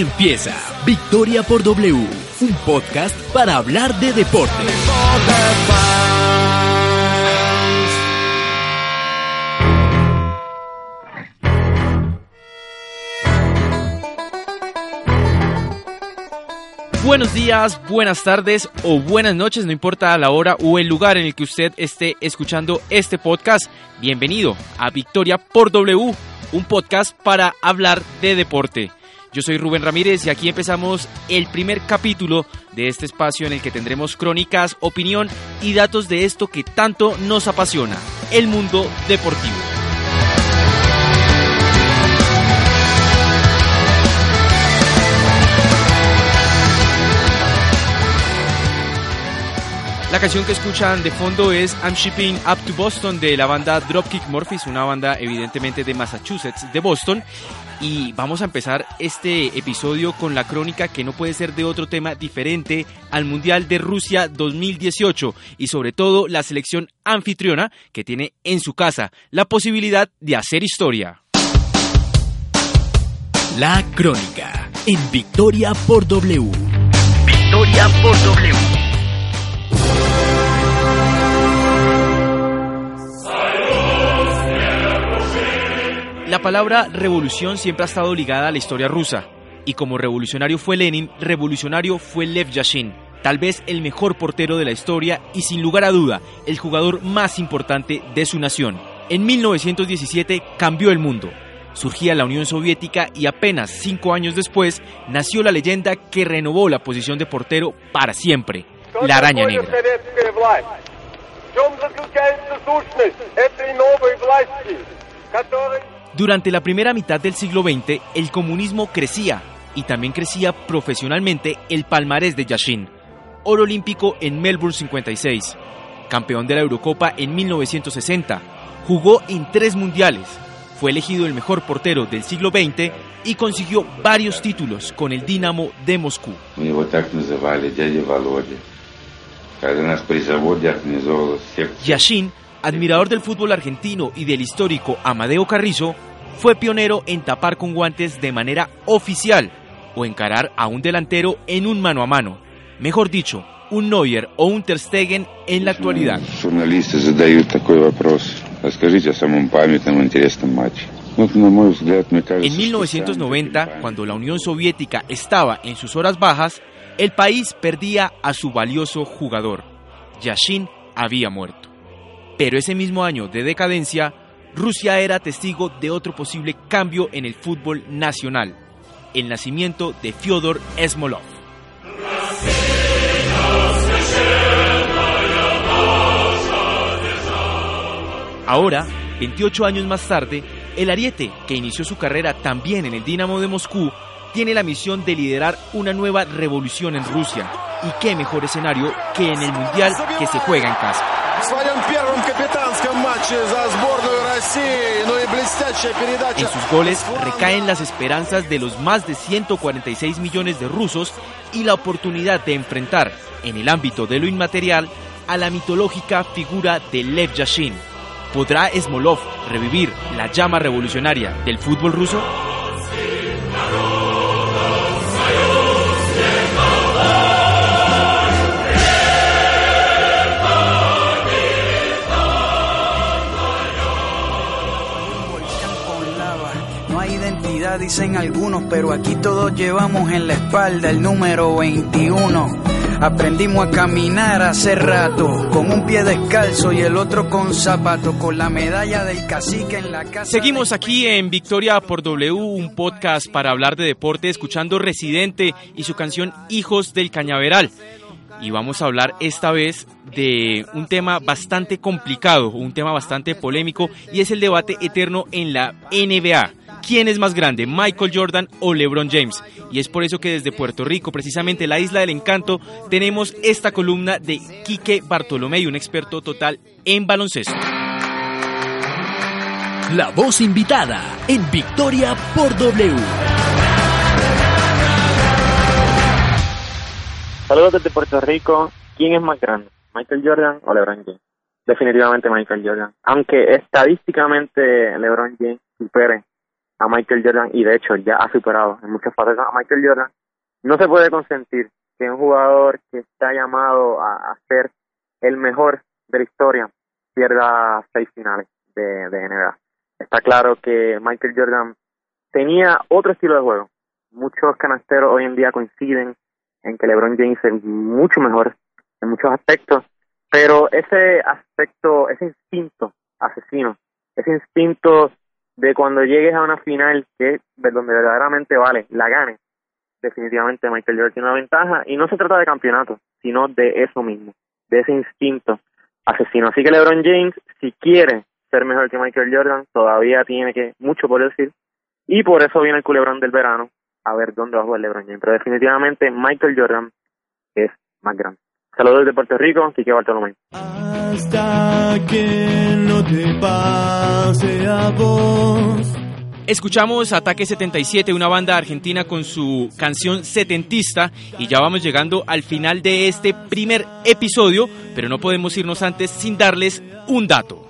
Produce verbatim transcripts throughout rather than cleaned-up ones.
Aquí empieza Victoria por W, un podcast para hablar de deporte. Buenos días, buenas tardes o buenas noches, no importa la hora o el lugar en el que usted esté escuchando este podcast. Bienvenido a Victoria por W, un podcast para hablar de deporte. Yo soy Rubén Ramírez y aquí empezamos el primer capítulo de este espacio en el que tendremos crónicas, opinión y datos de esto que tanto nos apasiona, el mundo deportivo. La canción que escuchan de fondo es I'm Shipping Up to Boston de la banda Dropkick Murphys, una banda evidentemente de Massachusetts, de Boston. Y vamos a empezar este episodio con la crónica que no puede ser de otro tema diferente al Mundial de Rusia dos mil dieciocho y sobre todo la selección anfitriona que tiene en su casa la posibilidad de hacer historia. La crónica en Victoria por W. Victoria por W. La palabra revolución siempre ha estado ligada a la historia rusa, y como revolucionario fue Lenin, revolucionario fue Lev Yashin, tal vez el mejor portero de la historia y sin lugar a duda, el jugador más importante de su nación. En mil novecientos diecisiete cambió el mundo, surgía la Unión Soviética y apenas cinco años después nació la leyenda que renovó la posición de portero para siempre, la Araña Negra. Durante la primera mitad del siglo veinte, el comunismo crecía y también crecía profesionalmente el palmarés de Yashin. Oro olímpico en Melbourne cincuenta y seis, campeón de la Eurocopa en mil novecientos sesenta, jugó en tres mundiales, fue elegido el mejor portero del siglo veinte y consiguió varios títulos con el Dinamo de Moscú. Yashin, admirador del fútbol argentino y del histórico Amadeo Carrizo, fue pionero en tapar con guantes de manera oficial o encarar a un delantero en un mano a mano. Mejor dicho, un Neuer o un Ter Stegen en la actualidad. En mil novecientos noventa, cuando la Unión Soviética estaba en sus horas bajas, el país perdía a su valioso jugador. Yashin había muerto. Pero ese mismo año de decadencia, Rusia era testigo de otro posible cambio en el fútbol nacional, el nacimiento de Fyodor Smolov. Ahora, veintiocho años más tarde, el ariete, que inició su carrera también en el Dinamo de Moscú, tiene la misión de liderar una nueva revolución en Rusia. Y qué mejor escenario que en el Mundial que se juega en casa. En sus goles recaen las esperanzas de los más de ciento cuarenta y seis millones de rusos y la oportunidad de enfrentar, en el ámbito de lo inmaterial, a la mitológica figura de Lev Yashin. ¿Podrá Smolov revivir la llama revolucionaria del fútbol ruso? Dicen algunos, pero aquí todos llevamos en la espalda el número veintiuno. Aprendimos a caminar hace rato, con un pie descalzo y el otro con zapato, con la medalla del cacique en la casa. Seguimos aquí en Victoria por W, un podcast para hablar de deporte, escuchando Residente y su canción Hijos del Cañaveral. Y vamos a hablar esta vez de un tema bastante complicado, un tema bastante polémico, y es el debate eterno en la N B A. ¿Quién es más grande, Michael Jordan o LeBron James? Y es por eso que desde Puerto Rico, precisamente la Isla del Encanto, tenemos esta columna de Quique Bartolomé, un experto total en baloncesto. La voz invitada en Victoria por W. Saludos desde Puerto Rico. ¿Quién es más grande, Michael Jordan o LeBron James? Definitivamente Michael Jordan. Aunque estadísticamente LeBron James supere a Michael Jordan, y de hecho ya ha superado en muchas facetas a Michael Jordan, no se puede consentir que un jugador que está llamado a, a ser el mejor de la historia pierda seis finales de, de N B A. Está claro que Michael Jordan tenía otro estilo de juego. Muchos canasteros hoy en día coinciden en que LeBron James es mucho mejor en muchos aspectos, pero ese aspecto, ese instinto asesino, ese instinto de cuando llegues a una final que de donde verdaderamente vale, la gane, definitivamente Michael Jordan tiene una ventaja, y no se trata de campeonato, sino de eso mismo, de ese instinto asesino. Así que LeBron James, si quiere ser mejor que Michael Jordan, todavía tiene que mucho por decir, y por eso viene el culebrón del verano, a ver dónde va a jugar LeBron James. Pero definitivamente Michael Jordan es más grande. Saludos desde Puerto Rico, Quique Bartolomé. Hasta que no te pase a vos. Escuchamos Ataque setenta y siete, una banda argentina con su canción setentista, y ya vamos llegando al final de este primer episodio, pero no podemos irnos antes sin darles un dato.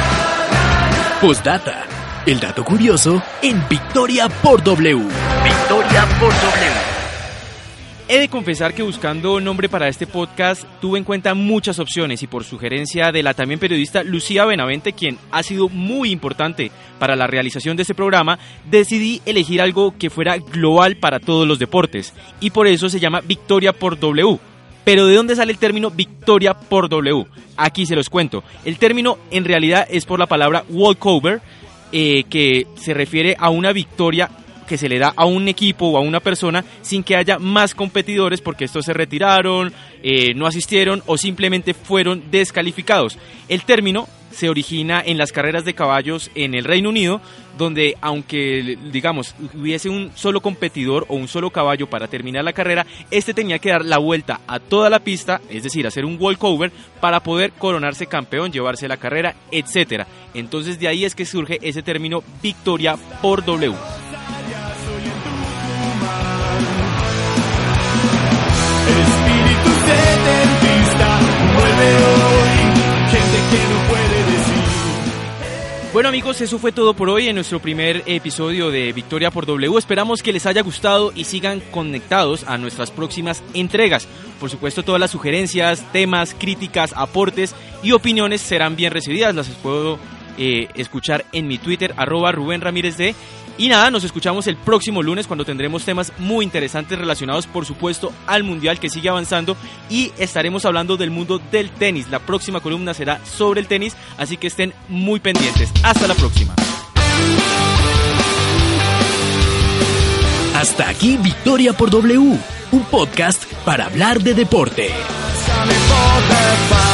Postdata, el dato curioso en Victoria por W. Victoria por W. He de confesar que buscando nombre para este podcast tuve en cuenta muchas opciones, y por sugerencia de la también periodista Lucía Benavente, quien ha sido muy importante para la realización de este programa, decidí elegir algo que fuera global para todos los deportes, y por eso se llama Victoria por W. Pero ¿de dónde sale el término Victoria por W? Aquí se los cuento. El término en realidad es por la palabra walkover, eh, que se refiere a una victoria que se le da a un equipo o a una persona sin que haya más competidores porque estos se retiraron, eh, no asistieron o simplemente fueron descalificados. El término se origina en las carreras de caballos en el Reino Unido, donde aunque, digamos, hubiese un solo competidor o un solo caballo para terminar la carrera, este tenía que dar la vuelta a toda la pista, es decir, hacer un walkover para poder coronarse campeón, llevarse la carrera, etcétera. Entonces de ahí es que surge ese término Victoria por W. Espíritu setentista, vuelve hoy, gente que no puede decir. Bueno amigos, eso fue todo por hoy en nuestro primer episodio de Victoria por W. Esperamos que les haya gustado y sigan conectados a nuestras próximas entregas. Por supuesto, todas las sugerencias, temas, críticas, aportes y opiniones serán bien recibidas. Las puedo eh, escuchar en mi Twitter, arroba Rubén Ramírez D. Y nada, nos escuchamos el próximo lunes cuando tendremos temas muy interesantes relacionados, por supuesto, al Mundial que sigue avanzando, y estaremos hablando del mundo del tenis. La próxima columna será sobre el tenis, así que estén muy pendientes. Hasta la próxima. Hasta aquí Victoria por W, un podcast para hablar de deporte. Pásame por la paz.